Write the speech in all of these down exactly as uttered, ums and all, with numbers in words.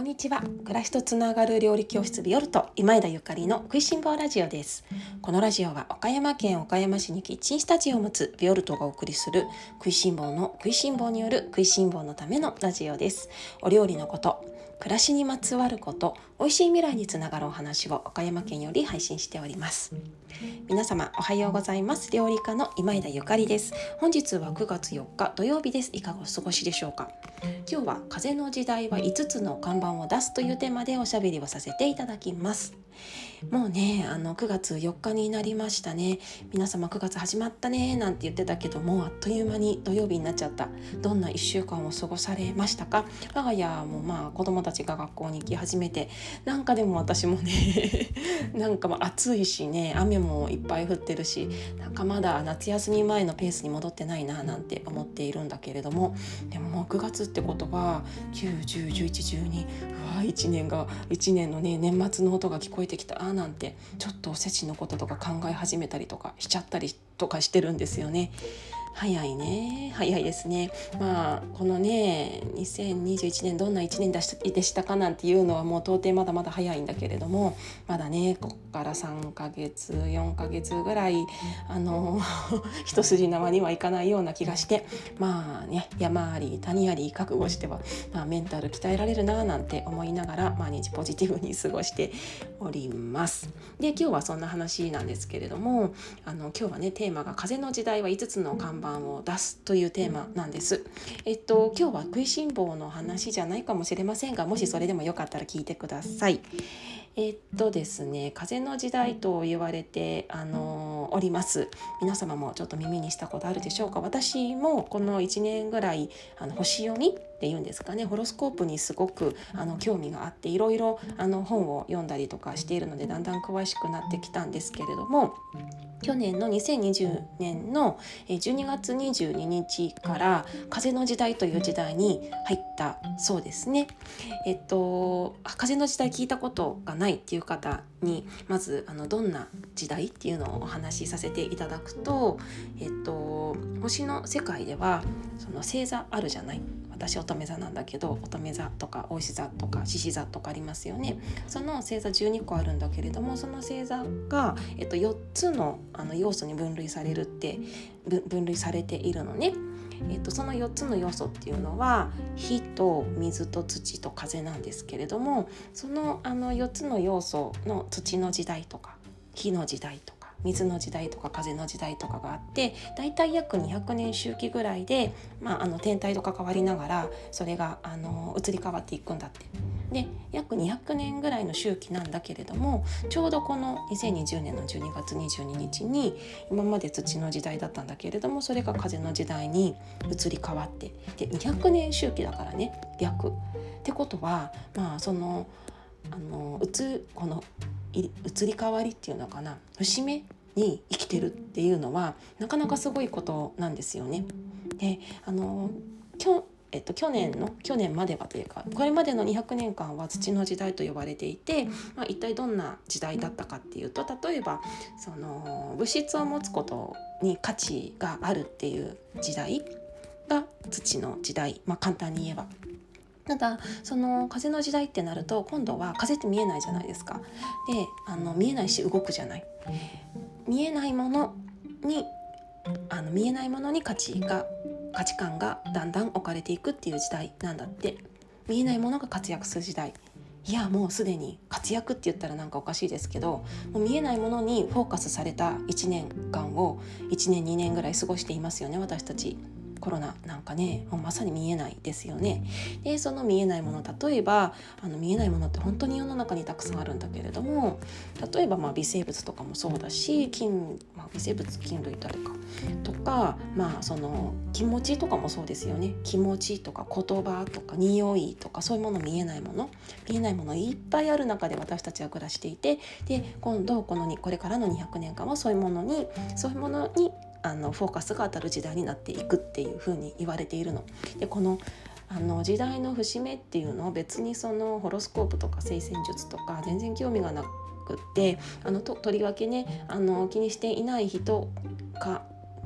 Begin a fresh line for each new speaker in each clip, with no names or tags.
にちは。暮らしとつながる料理教室ビオルト今枝ゆかりの食いしん坊ラジオです。このラジオは岡山県岡山市にキッチンスタジオを持つビオルトがお送りする食いしん坊の食いしん坊による食いしん坊のためのラジオです。お料理のこと、暮らしにまつわること、美味しい未来につながるお話を岡山県より配信しております。皆様おはようございます。料理家の今枝ゆかりです。本日はくがつよっか土曜日です。いかがお過ごしでしょうか。今日は風の時代はいつつの看板を出すというテーマでおしゃべりをさせていただきます。もうねあのくがつよっかになりましたね。皆様くがつ始まったねなんて言ってたけども、あっという間に土曜日になっちゃった。どんないっしゅうかんを過ごされましたか。我が家もまあ子供たちが学校に行き始めて、なんかでも私もねなんかまあ暑いしね、雨もいっぱい降ってるし、なんかまだ夏休み前のペースに戻ってないななんて思っているんだけれども、でももうくがつってことはきゅう、じゅう、じゅういち、じゅうに、うわいちねんがいちねんのね年末の音が聞こえてきたなんて、ちょっとおせちのこととか考え始めたりとかしちゃったりとかしてるんですよね。早いね早いですね。まあこのねにせんにじゅういちねんどんないちねんでしたかなんていうのはもう到底まだまだ早いんだけれども、まだねここからさんかげつよんかげつぐらいあの一筋縄にはいかないような気がして、まあね山あり谷あり覚悟しては、まあ、メンタル鍛えられるななんて思いながら毎日ポジティブに過ごしております。で今日はそんな話なんですけれども、あの今日はねテーマが風の時代はいつつの看板を出すというテーマなんです。えっと今日は食いしん坊の話じゃないかもしれませんが、もしそれでもよかったら聞いてください。えっとですね風の時代と言われてあのおります。皆様もちょっと耳にしたことあるでしょうか。私もこのいちねんぐらいあの星読みっていうんですかね、ホロスコープにすごくあの興味があって、いろいろあの本を読んだりとかしているので、だんだん詳しくなってきたんですけれども、去年のにせんにじゅうねんのじゅうにがつにじゅうににちから風の時代という時代に入ったそうですね。えっと風の時代聞いたことがないっていう方にまずあのどんな時代っていうのをお話しさせていただくと、えっと星の世界ではその星座あるじゃない。私乙女座なんだけど、乙女座とか牡牛座とか獅子座とかありますよね。その星座じゅうにこあるんだけれども、その星座が、えっと、よっつの、あの要素に分類されるって分類されているのね。えっと、そのよっつの要素っていうのは火と水と土と風なんですけれども、その、あのよっつの要素の土の時代とか火の時代とか水の時代とか風の時代とかがあって、だいたい約にひゃくねん周期ぐらいで、まあ、あの天体と関わりながらそれがあの移り変わっていくんだって。で約にひゃくねんぐらいの周期なんだけれども、ちょうどこのにせんにじゅうねんのじゅうにがつにじゅうににちに今まで土の時代だったんだけれども、それが風の時代に移り変わって、でにひゃくねん周期だからね約ってことは、まあそのあのうつこの移り変わりっていうのかな、節目に生きてるっていうのはなかなかすごいことなんですよね。であの今日えっと、去年の去年まではというか、これまでのにひゃくねんかんは土の時代と呼ばれていて、まあ、一体どんな時代だったかっていうと、例えばその物質を持つことに価値があるっていう時代が土の時代、まあ、簡単に言えば。ただその風の時代ってなると、今度は風って見えないじゃないですか。であの見えないし動くじゃない。見えないものにあの見えないものに価値が価値観がだんだん置かれていくっていう時代なんだって。見えないものが活躍する時代。いやもうすでに活躍って言ったらなんかおかしいですけど、もう見えないものにフォーカスされたいちねんかんをいちねんにねんぐらい過ごしていますよね、私たち。コロナなんかねもうまさに見えないですよね。でその見えないもの、例えばあの見えないものって本当に世の中にたくさんあるんだけれども、例えばまあ微生物とかもそうだし、菌、まあ、微生物菌類誰かとか、まあその気持ちとかもそうですよね。気持ちとか言葉とか匂いとか、そういうもの見えないもの見えないものいっぱいある中で私たちは暮らしていて、で今度このにこれからのにひゃくねんかんはそういうものにそういうものにあのフォーカスが当たる時代になっていくっていう風に言われているので、このあの時代の節目っていうのを別にそのホロスコープとか星占術とか全然興味がなくって、あのととりわけねあの気にしていない人か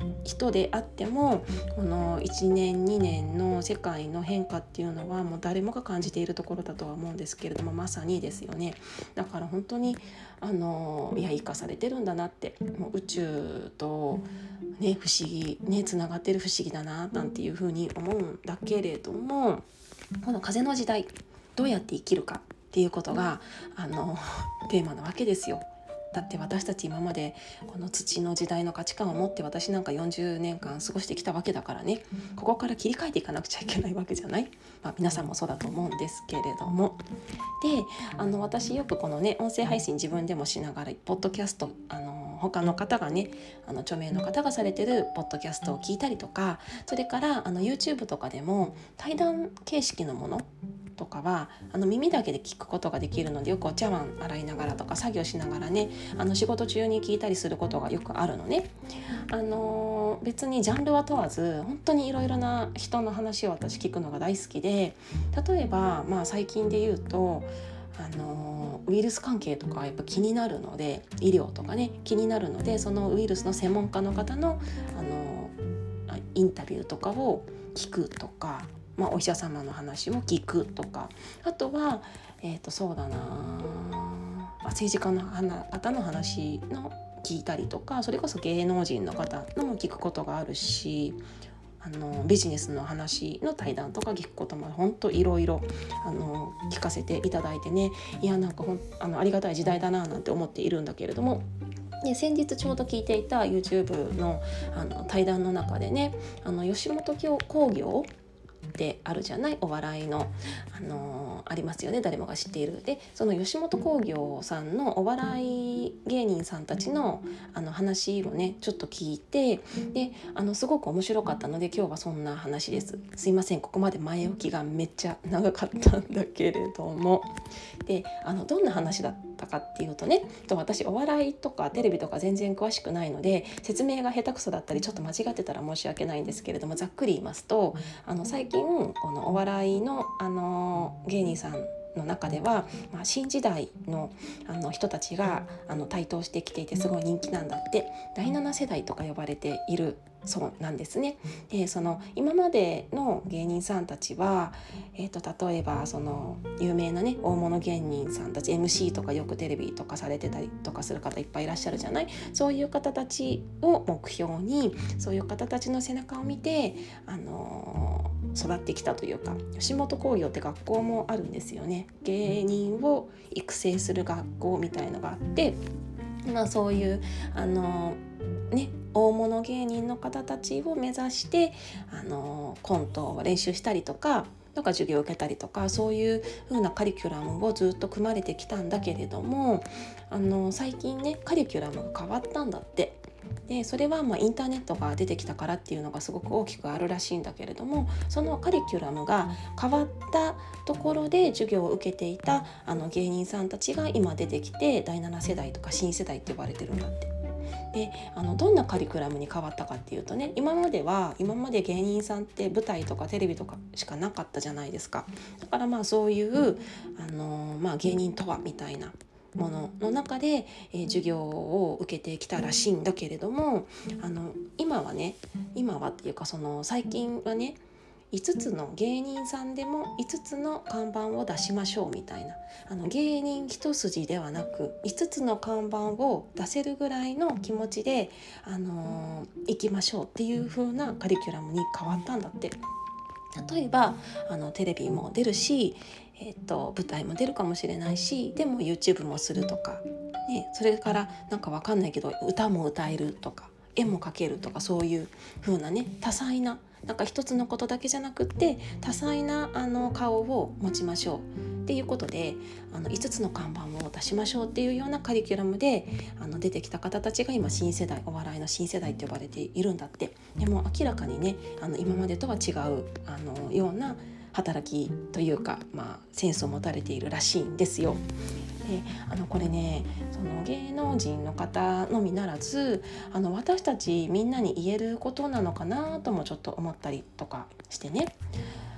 人であってもこのいちねんにねんの世界の変化っていうのはもう誰もが感じているところだとは思うんですけれども、まさにですよね。だから本当にあのいや生かされてるんだなって、もう宇宙とね不思議ねつながってる不思議だななんていうふうに思うんだけれども、この風の時代どうやって生きるかっていうことがあのテーマなわけですよ。だって私たち今までこの土の時代の価値観を持って、私なんかよんじゅうねんかん過ごしてきたわけだからね、ここから切り替えていかなくちゃいけないわけじゃない、まあ、皆さんもそうだと思うんですけれども、であの私よくこのね音声配信自分でもしながらポッドキャスト、あの他の方がねあの著名の方がされてるポッドキャストを聞いたりとか、それからあの YouTube とかでも対談形式のものとかはあの耳だけで聞くことができるので、よくお茶碗洗いながらとか作業しながらね、あの仕事中に聞いたりすることがよくあるのね。あのー、別にジャンルは問わず本当にいろいろな人の話を私聞くのが大好きで、例えば、まあ、最近で言うとあのウイルス関係とかやっぱ気になるので、医療とかね気になるので、そのウイルスの専門家の方の、あのインタビューとかを聞くとか、まあ、お医者様の話も聞くとか、あとは、えーと、そうだな政治家の方の話の聞いたりとか、それこそ芸能人の方のも聞くことがあるし、あのビジネスの話の対談とか聞くことも本当いろいろ聞かせていただいてね、いやなんかほんあのありがたい時代だななんて思っているんだけれども、で先日ちょうど聞いていた YouTube の, あの対談の中でね、あの吉本興業ってあるじゃない、お笑いの、あのー、ありますよね、誰もが知っている。でその吉本興業さんのお笑い芸人さんたちの、あの話をねちょっと聞いて、であのすごく面白かったので今日はそんな話です。すいません、ここまで前置きがめっちゃ長かったんだけれども、であのどんな話だったかっていうとね、と私お笑いとかテレビとか全然詳しくないので説明が下手くそだったりちょっと間違ってたら申し訳ないんですけれども、ざっくり言いますと、あの最近このお笑いの、あの芸人さんの中では、まあ、新時代 の, あの人たちがあの台頭してきていてすごい人気なんだって。だいなな世代とか呼ばれているそうなんですね。でその今までの芸人さんたちは、えー、と例えばその有名なね大物芸人さんたち エムシー とかよくテレビとかされてたりとかする方いっぱいいらっしゃるじゃない。そういう方たちを目標に、そういう方たちの背中を見て、あのー育ってきたというか、吉本興業って学校もあるんですよね。芸人を育成する学校みたいのがあって、まあ、そういうあのね大物芸人の方たちを目指してあのコントを練習したりとかとか授業を受けたりとか、そういう風なカリキュラムをずっと組まれてきたんだけれども、あの最近ねカリキュラムが変わったんだって。でそれはまあインターネットが出てきたからっていうのがすごく大きくあるらしいんだけれども、そのカリキュラムが変わったところで授業を受けていたあの芸人さんたちが今出てきてだいなな世代とか新世代って呼ばれてるんだって。であのどんなカリキュラムに変わったかっていうとね、今までは今まで芸人さんって舞台とかテレビとかしかなかったじゃないですか。だからまあそういうあの、まあ、芸人とはみたいなものの中で、えー、授業を受けてきたらしいんだけれども、あの今はね今はっていうかその最近はねいつつの芸人さんでもいつつの看板を出しましょうみたいな、あの芸人一筋ではなくいつつの看板を出せるぐらいの気持ちで、あのー、行きましょうっていう風なカリキュラムに変わったんだって。例えばあのテレビも出るし、えー、と舞台も出るかもしれないし、でも YouTube もするとか、ね、それからなんかわかんないけど歌も歌えるとか絵も描けるとか、そういう風なね多彩な、なんか一つのことだけじゃなくって多彩なあの顔を持ちましょうっていうことで、あのいつつの看板を出しましょうっていうようなカリキュラムであの出てきた方たちが今新世代、お笑いの新世代って呼ばれているんだって。でも明らかにねあの今までとは違うあのような働きというか、まあ、センスを持たれているらしいんですよ。であのこれねその芸能人の方のみならずあの私たちみんなに言えることなのかなともちょっと思ったりとかしてね、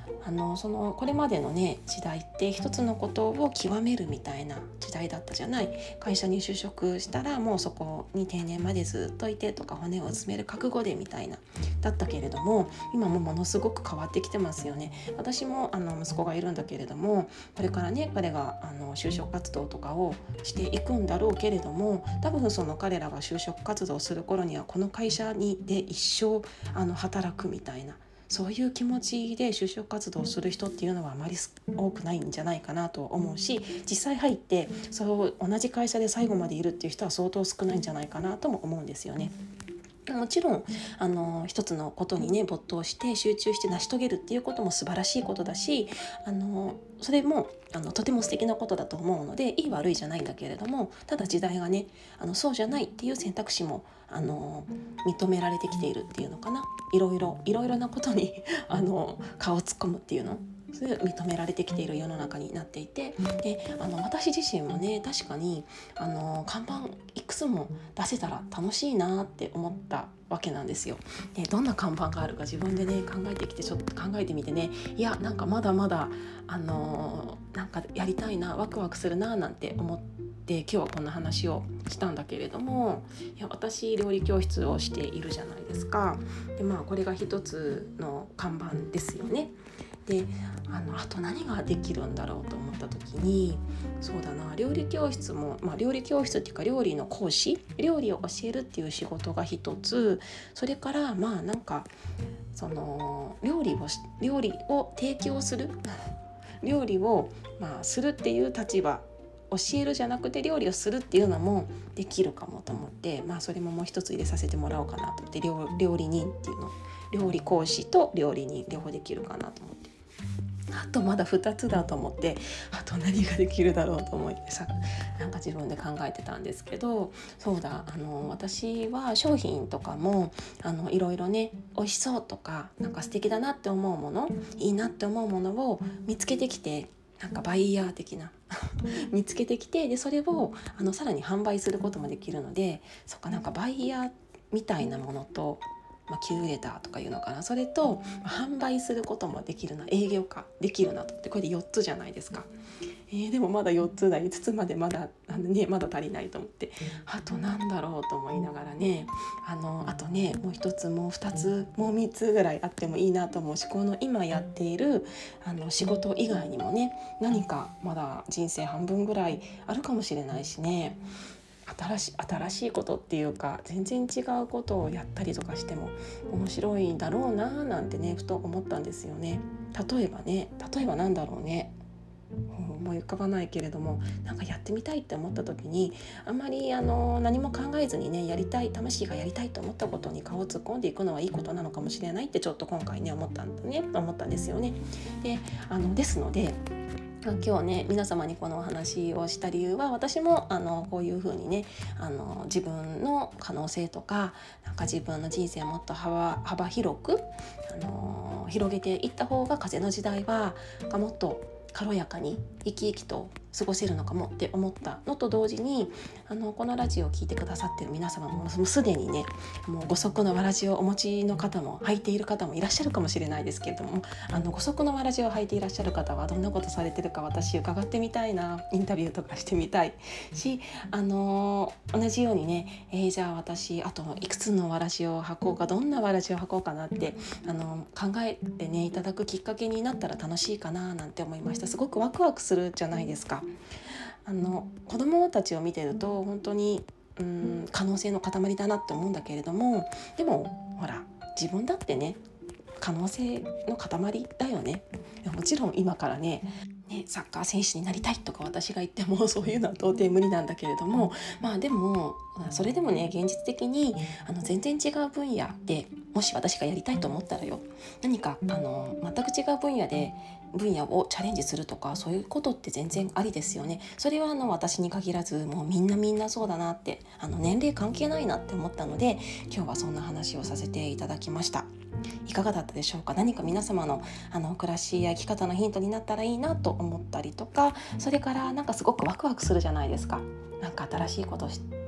あのそのこれまでのね時代って一つのことを極めるみたいな時代だったじゃない。会社に就職したらもうそこに定年までずっといてとか、骨を詰める覚悟でみたいなだったけれども、今もものすごく変わってきてますよね。私もあの息子がいるんだけれども、これからね彼があの就職活動とかをしていくんだろうけれども、多分その彼らが就職活動する頃にはこの会社にで一生あの働くみたいな、そういう気持ちで就職活動をする人っていうのはあまり多くないんじゃないかなと思うし、実際入ってそう同じ会社で最後までいるっていう人は相当少ないんじゃないかなとも思うんですよね。もちろんあの一つのことにね没頭して集中して成し遂げるっていうことも素晴らしいことだし、あのそれもあのとても素敵なことだと思うので、いい悪いじゃないんだけれども、ただ時代がねあのそうじゃないっていう選択肢もあの認められてきているっていうのかな。いろいろいろいろなことにあの顔を突っ込むっていうの、それ認められてきている世の中になっていて、であの私自身もね確かにあの看板いくつも出せたら楽しいなって思ったわけなんですよ。でどんな看板があるか自分でね考えてきてちょっと考えてみてね、いやなんかまだまだあのなんかやりたいな、ワクワクするななんて思って今日はこんな話をしたんだけれども、いや私料理教室をしているじゃないですか。でまあこれが一つの看板ですよね。で あのあと何ができるんだろうと思った時に、そうだな、料理教室も、まあ、料理教室っていうか料理の講師、料理を教えるっていう仕事が一つ、それからまあなんかその料理を料理を提供する料理をまあするっていう立場、教えるじゃなくて料理をするっていうのもできるかもと思って、まあそれももう一つ入れさせてもらおうかなと思って、 料, 料理人っていうの、料理講師と料理人両方できるかなと思って、あとまだふたつだと思って、あと何ができるだろうと思ってさ、なんか自分で考えてたんですけど、そうだ、あの私は商品とかもあのいろいろね、美味しそうとかなんか素敵だなって思うもの、いいなって思うものを見つけてきて、なんかバイヤー的な見つけてきて、でそれをあのさらに販売することもできるので、そっか、なんかバイヤーみたいなものと、まあ、キューレターとかいうのかな、それと、まあ、販売することもできるな、営業かできるなと思って、これでよっつじゃないですか。えー、でもまだよっつだ、いつつまでまだあの、ね、まだ足りないと思って、あとなんだろうと思いながらね、あのあとねもう一つもう二つもう三つぐらいあってもいいなと思うし、この今やっているあの仕事以外にもね、何かまだ人生半分ぐらいあるかもしれないしね、新しい新しいことっていうか全然違うことをやったりとかしても面白いんだろうななんてねふと思ったんですよね。例えばね例えばなんだろうね、思い浮かばないけれども、なんかやってみたいって思った時にあんまりあの何も考えずにね、やりたい、魂がやりたいと思ったことに顔を突っ込んでいくのはいいことなのかもしれないってちょっと今回ね思ったんだね思ったんですよね。であのですので今日ね皆様にこのお話をした理由は、私もあのこういう風にねあの自分の可能性とか、なんか自分の人生をもっと 幅, 幅広くあの広げていった方が風の時代はもっと軽やかに生き生きと過ごせるのかもって思ったのと同時に、あのこのラジオを聞いてくださっている皆様ももうすでにねもうご足のわらじをお持ちの方も履いている方もいらっしゃるかもしれないですけれども、あのご足のわらじを履いていらっしゃる方はどんなことされてるか私伺ってみたいな、インタビューとかしてみたいし、あの同じようにね、えー、じゃあ私あといくつのわらじを履こうか、どんなわらじを履こうかなってあの考えてねいただくきっかけになったら楽しいかななんて思いました。すごくワクワクするじゃないですか。あの子供たちを見てると本当にうーん可能性の塊だなって思うんだけれども、でもほら自分だってね可能性の塊だよね。もちろん今からねね、サッカー選手になりたいとか私が言ってもそういうのは到底無理なんだけれども、まあでもそれでもね現実的にあの全然違う分野でもし私がやりたいと思ったらよ、何かあの全く違う分野で分野をチャレンジするとか、そういうことって全然ありですよね。それはあの私に限らずもうみんなみんなそうだなって、あの年齢関係ないなって思ったので今日はそんな話をさせていただきました。いかがだったでしょうか。何か皆様のあの暮らしや生き方のヒントになったらいいなと思ったりとか、それからなんかすごくワクワクするじゃないですか。なんか新しいこと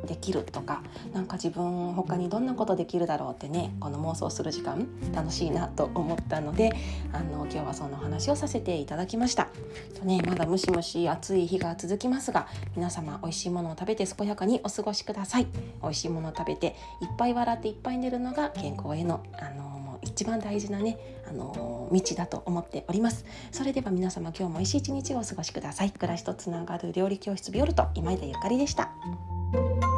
できるとか、なんか自分他にどんなことできるだろうってね、この妄想する時間楽しいなと思ったので、あの今日はその話をさせていただきました。とね、まだムシムシ暑い日が続きますが、皆様美味しいものを食べて健やかにお過ごしください。美味しいものを食べていっぱい笑っていっぱい寝るのが健康へのあのもう一番大事なね、あの道だと思っております。それでは皆様、今日も美味しい一日をお過ごしください。暮らしとつながる料理教室ビオルト、今井田ゆかりでした。